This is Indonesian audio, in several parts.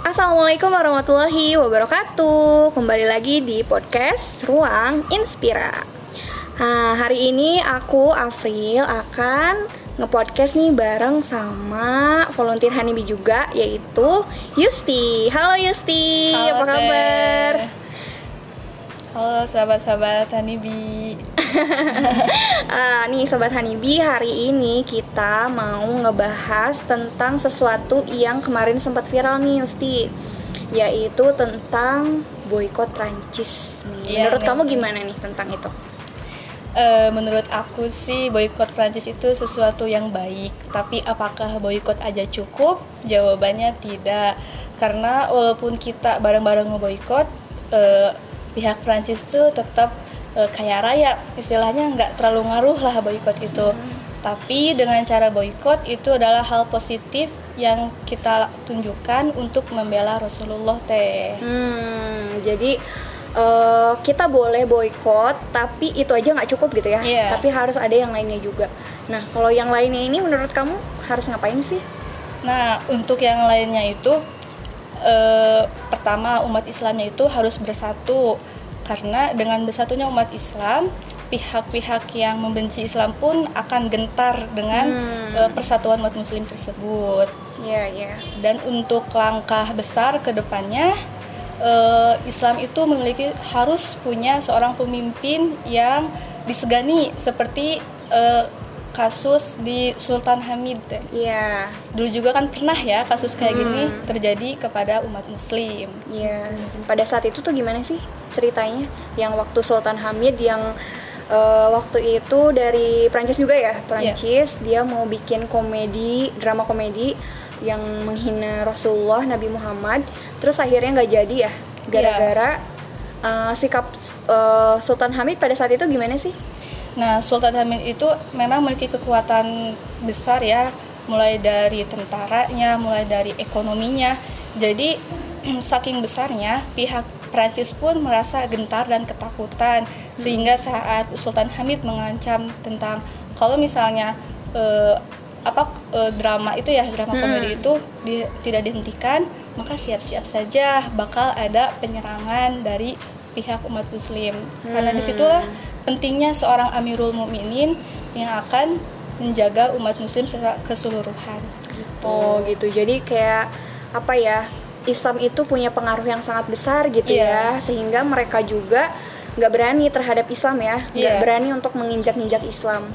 Assalamualaikum warahmatullahi wabarakatuh. Kembali lagi di podcast Ruang Inspira. Nah, hari ini aku Afril akan nge-podcast nih bareng sama volunteer Hanibi juga, yaitu Yusti. Halo Yusti, Halo, apa kabar? Halo sahabat-sahabat Hanibi. Nih Sobat Hanibi, hari ini kita mau ngebahas tentang sesuatu yang kemarin sempat viral nih Yusti, yaitu tentang boykot Prancis nih. Menurut kamu gimana nih tentang itu? Menurut aku sih boykot Prancis itu sesuatu yang baik. Tapi apakah boykot aja cukup? Jawabannya tidak. Karena walaupun kita bareng-bareng ngeboykot, pihak Prancis tuh tetap kaya raya, istilahnya nggak terlalu ngaruh lah boykot itu. Tapi dengan cara boykot itu adalah hal positif yang kita tunjukkan untuk membela Rasulullah teh. Jadi kita boleh boykot, tapi itu aja nggak cukup gitu ya. Tapi harus ada yang lainnya juga. Nah, kalau yang lainnya ini menurut kamu harus ngapain sih? Nah, untuk yang lainnya itu pertama, umat Islamnya itu harus bersatu. Karena dengan bersatunya umat Islam, pihak-pihak yang membenci Islam pun akan gentar dengan persatuan umat Muslim tersebut. Dan untuk langkah besar ke depannya, Islam itu harus punya seorang pemimpin yang disegani, seperti kasus di Sultan Hamid. Dulu juga kan pernah ya kasus kayak gini terjadi kepada umat Muslim. Pada saat itu tuh gimana sih ceritanya? Yang waktu Sultan Hamid yang waktu itu dari Prancis juga ya, Prancis, dia mau bikin drama komedi yang menghina Rasulullah Nabi Muhammad, terus akhirnya nggak jadi ya, gara-gara sikap Sultan Hamid pada saat itu gimana sih? Nah, Sultan Hamid itu memang memiliki kekuatan besar ya, mulai dari tentaranya, mulai dari ekonominya. Jadi saking besarnya, pihak Prancis pun merasa gentar dan ketakutan, sehingga saat Sultan Hamid mengancam tentang kalau misalnya drama komedi itu tidak dihentikan, maka siap-siap saja bakal ada penyerangan dari pihak umat Muslim. Karena disitulah pentingnya seorang Amirul Mukminin yang akan menjaga umat Muslim secara keseluruhan. Gitu. Jadi kayak Islam itu punya pengaruh yang sangat besar gitu ya, sehingga mereka juga nggak berani terhadap Islam ya, nggak berani untuk menginjak-injak Islam.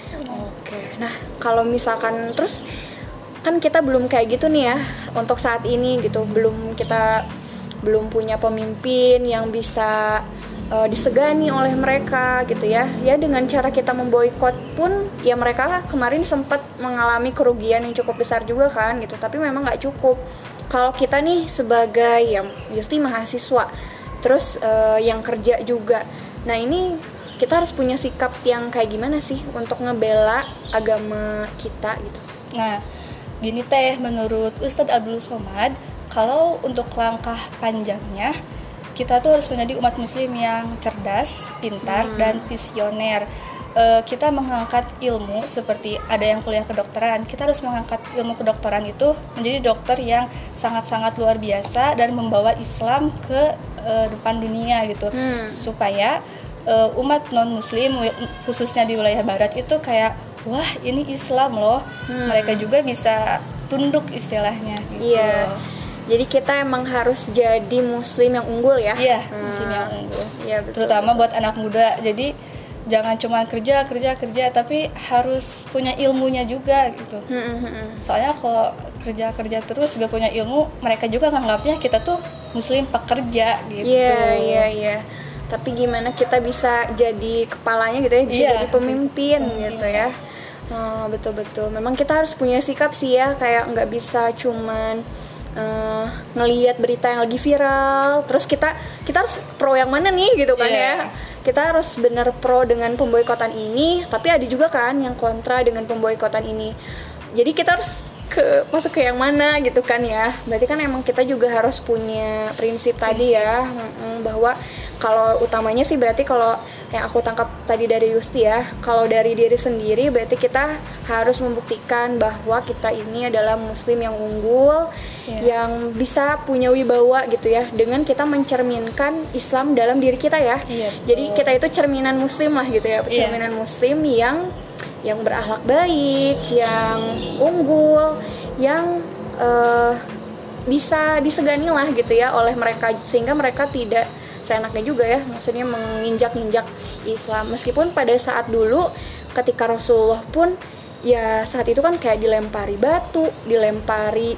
Nah kalau misalkan terus kan kita belum kayak gitu nih ya untuk saat ini gitu, kita belum punya pemimpin yang bisa disegani oleh mereka gitu ya. Dengan cara kita memboikot pun ya mereka kemarin sempat mengalami kerugian yang cukup besar juga kan gitu. Tapi memang nggak cukup. Kalau kita nih sebagai Yusti mahasiswa, terus yang kerja juga, nah ini kita harus punya sikap yang kayak gimana sih untuk ngebela agama kita gitu. Nah, gini teh, menurut Ustadz Abdul Somad, kalau untuk langkah panjangnya, kita tuh harus menjadi umat Muslim yang cerdas, pintar, dan visioner. Kita mengangkat ilmu, seperti ada yang kuliah kedokteran, kita harus mengangkat ilmu kedokteran itu menjadi dokter yang sangat-sangat luar biasa dan membawa Islam ke depan dunia gitu, supaya umat non-Muslim khususnya di wilayah Barat itu kayak, wah ini Islam loh, mereka juga bisa tunduk istilahnya gitu. Jadi kita emang harus jadi Muslim yang unggul ya. Muslim yang unggul. Betul, terutama buat anak muda. Jadi jangan cuma kerja, tapi harus punya ilmunya juga gitu. Soalnya kalau kerja terus gak punya ilmu, mereka juga nganggapnya kita tuh Muslim pekerja gitu. Iya. Tapi gimana kita bisa jadi kepalanya gitu ya, bisa jadi pemimpin gitu ya. Betul. Memang kita harus punya sikap sih ya, kayak nggak bisa cuman ngelihat berita yang lagi viral, terus kita harus pro yang mana nih gitu kan ya. Kita harus benar pro dengan pemboikotan ini, tapi ada juga kan yang kontra dengan pemboikotan ini. Jadi kita harus masuk ke yang mana gitu kan ya. Berarti kan emang kita juga harus punya prinsip tadi ya, bahwa kalau utamanya sih berarti kalau yang aku tangkap tadi dari Yusti ya, kalau dari diri sendiri berarti kita harus membuktikan bahwa kita ini adalah muslim yang unggul, yang bisa punya wibawa gitu ya, dengan kita mencerminkan Islam dalam diri kita ya. Jadi kita itu cerminan muslim lah gitu ya, cerminan muslim yang berakhlak baik, yang unggul, yang bisa disegani lah gitu ya oleh mereka, sehingga mereka tidak seenaknya juga ya, maksudnya menginjak-injak Islam. Meskipun pada saat dulu ketika Rasulullah pun ya saat itu kan kayak dilempari batu, dilempari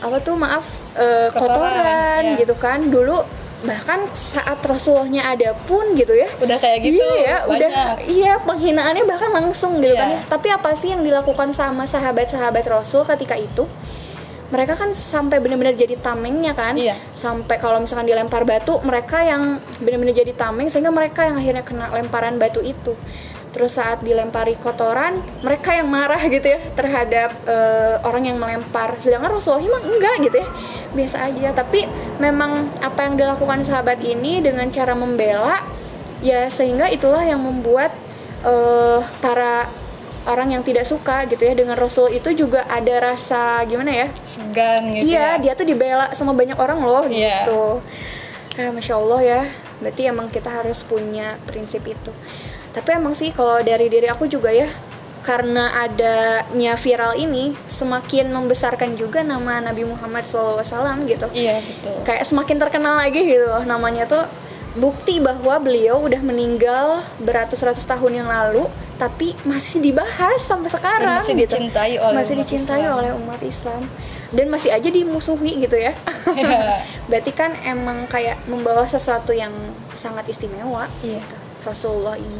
kotoran gitu kan dulu. Bahkan saat Rasulullahnya ada pun gitu ya, udah kayak gitu udah penghinaannya bahkan langsung gitu kan ya. Tapi apa sih yang dilakukan sama sahabat-sahabat Rasul ketika itu? Mereka kan sampai benar-benar jadi tamengnya kan, sampai kalau misalkan dilempar batu, mereka yang benar-benar jadi tameng, sehingga mereka yang akhirnya kena lemparan batu itu. Terus saat dilempari kotoran, mereka yang marah gitu ya terhadap orang yang melempar, sedangkan Rasulullah emang enggak gitu ya, biasa aja. Tapi memang apa yang dilakukan sahabat ini dengan cara membela, ya sehingga itulah yang membuat para orang yang tidak suka gitu ya dengan Rasul itu juga ada rasa gimana ya, segan gitu. Dia tuh dibela sama banyak orang loh gitu. Masya Allah ya, berarti emang kita harus punya prinsip itu. Tapi emang sih kalau dari diri aku juga ya, karena adanya viral ini semakin membesarkan juga nama Nabi Muhammad SAW gitu. Iya betul. Kayak semakin terkenal lagi gitu loh namanya tuh, bukti bahwa beliau udah meninggal beratus-ratus tahun yang lalu, tapi masih dibahas sampai sekarang. Dan masih dicintai oleh umat Islam. Dan masih aja dimusuhi gitu ya. Berarti kan emang kayak membawa sesuatu yang sangat istimewa gitu, Rasulullah ini.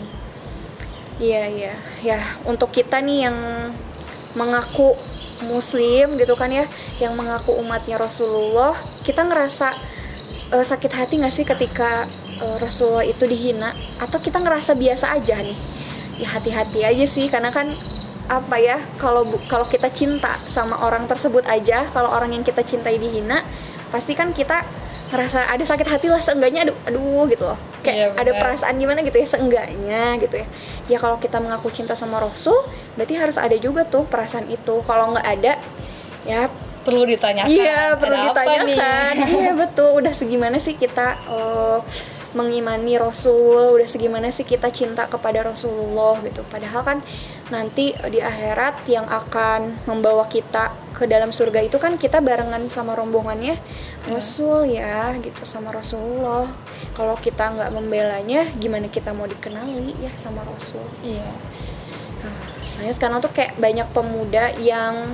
Iya. Ya, untuk kita nih yang mengaku muslim gitu kan ya, yang mengaku umatnya Rasulullah, kita ngerasa sakit hati nggak sih ketika Rasulullah itu dihina, atau kita ngerasa biasa aja nih? Ya hati-hati aja sih, karena kan apa ya, kalau kita cinta sama orang tersebut aja, kalau orang yang kita cintai dihina, pasti kan kita ngerasa ada sakit hati lah, seenggaknya aduh gitu loh, kayak ada perasaan gimana gitu ya, seenggaknya gitu ya. Ya kalau kita mengaku cinta sama Rasul, berarti harus ada juga tuh perasaan itu. Kalau nggak ada, ya perlu ditanyakan. Iya, perlu ditanyakan. Iya betul. Udah segimana sih kita mengimani Rasul, udah segimana sih kita cinta kepada Rasulullah gitu. Padahal kan nanti di akhirat yang akan membawa kita ke dalam surga itu kan kita barengan sama rombongannya Rasul ya gitu, sama Rasulullah. Kalau kita nggak membelanya, gimana kita mau dikenali ya sama Rasul? Iya. Soalnya sekarang tuh kayak banyak pemuda yang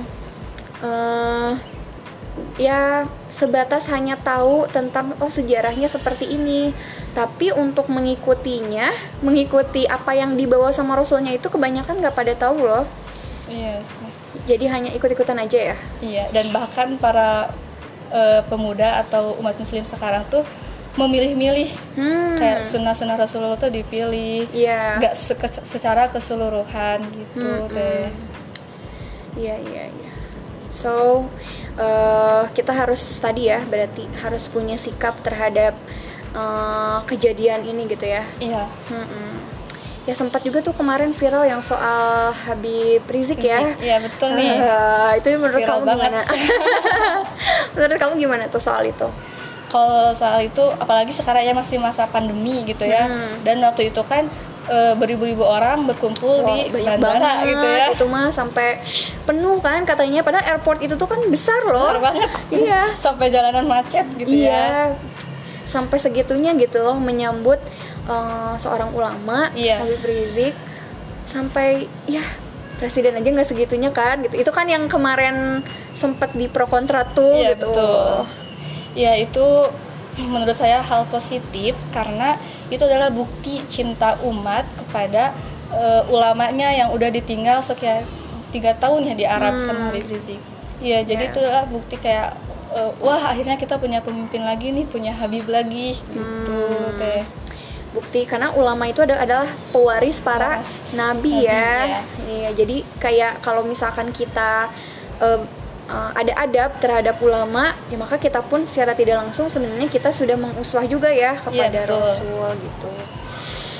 ya sebatas hanya tahu tentang sejarahnya seperti ini, tapi untuk mengikuti apa yang dibawa sama Rasulnya itu kebanyakan nggak pada tahu loh. Iya sih. Jadi hanya ikut-ikutan aja ya. Iya, dan bahkan para pemuda atau umat muslim sekarang tuh memilih-milih kayak sunnah-sunnah Rasulullah tuh dipilih, nggak secara keseluruhan gitu deh. Iya. So kita harus tadi ya, berarti harus punya sikap terhadap kejadian ini gitu ya. Iya. Ya sempat juga tuh kemarin viral yang soal Habib Rizik ya. Iya betul nih. Itu menurut viral kamu banget. gimana? Menurut kamu gimana tuh soal itu? Kalau soal itu, apalagi sekarang ya masih masa pandemi gitu ya. Dan waktu itu kan beribu-ribu orang berkumpul di bandara gitu ya. Itu mah sampai penuh kan katanya, padahal airport itu tuh kan besar loh. Besar banget. Iya. Sampai jalanan macet gitu ya. Sampai segitunya gitu loh menyambut seorang ulama, Habib Rizik. Sampai ya presiden aja nggak segitunya kan gitu. Itu kan yang kemarin sempat di pro kontra tuh gitu. Betul. Ya itu menurut saya hal positif, karena itu adalah bukti cinta umat kepada ulamanya yang udah ditinggal sekian 3 tahun ya di Arab sama Habib Rizik. Ya jadi itu adalah bukti kayak wah akhirnya kita punya pemimpin lagi nih, punya Habib lagi gitu teh. Bukti karena ulama itu adalah pewaris para nabi ya. Iya, jadi kayak kalau misalkan kita ada adab terhadap ulama, ya maka kita pun secara tidak langsung sebenarnya kita sudah menguswah juga ya kepada Rasul gitu.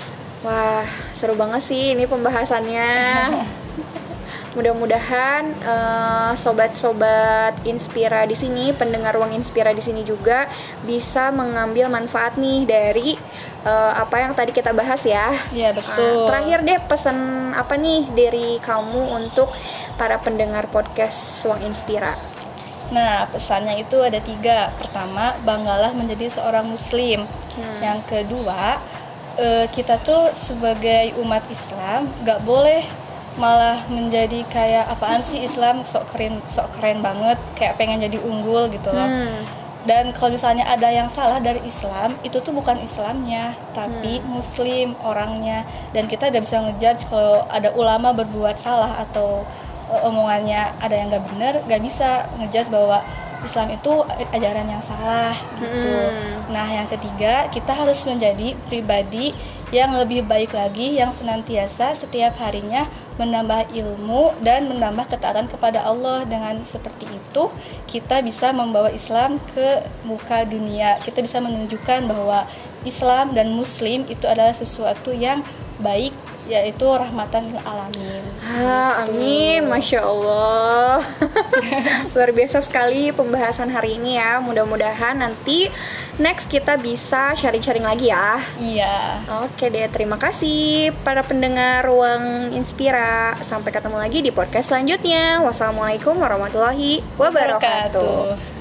Wah, seru banget sih ini pembahasannya. Mudah-mudahan sobat-sobat Inspira di sini, pendengar Ruang Inspira di sini juga bisa mengambil manfaat nih dari apa yang tadi kita bahas ya. Iya, betul. Terakhir deh, pesan apa nih dari kamu untuk para pendengar podcast Ruang Inspira? Nah, pesannya itu ada 3. Pertama, banggalah menjadi seorang muslim. Yang kedua, kita tuh sebagai umat Islam gak boleh malah menjadi kayak apaan sih Islam, sok keren banget, kayak pengen jadi unggul gitu loh. Dan kalau misalnya ada yang salah dari Islam, itu tuh bukan Islamnya, tapi Muslim orangnya. Dan kita gak bisa ngejudge kalau ada ulama berbuat salah atau omongannya ada yang gak bener, gak bisa ngejudge bahwa Islam itu ajaran yang salah gitu. Nah, yang ketiga, kita harus menjadi pribadi yang lebih baik lagi, yang senantiasa setiap harinya menambah ilmu dan menambah ketaatan kepada Allah. Dengan seperti itu, kita bisa membawa Islam ke muka dunia. Kita bisa menunjukkan bahwa Islam dan Muslim itu adalah sesuatu yang baik, yaitu rahmatan lil alamin. Amin, Masya Allah. Luar biasa sekali pembahasan hari ini ya. Mudah-mudahan nanti next kita bisa sharing-sharing lagi ya. Iya. Oke deh, terima kasih para pendengar Ruang Inspira. Sampai ketemu lagi di podcast selanjutnya. Wassalamualaikum warahmatullahi wabarakatuh.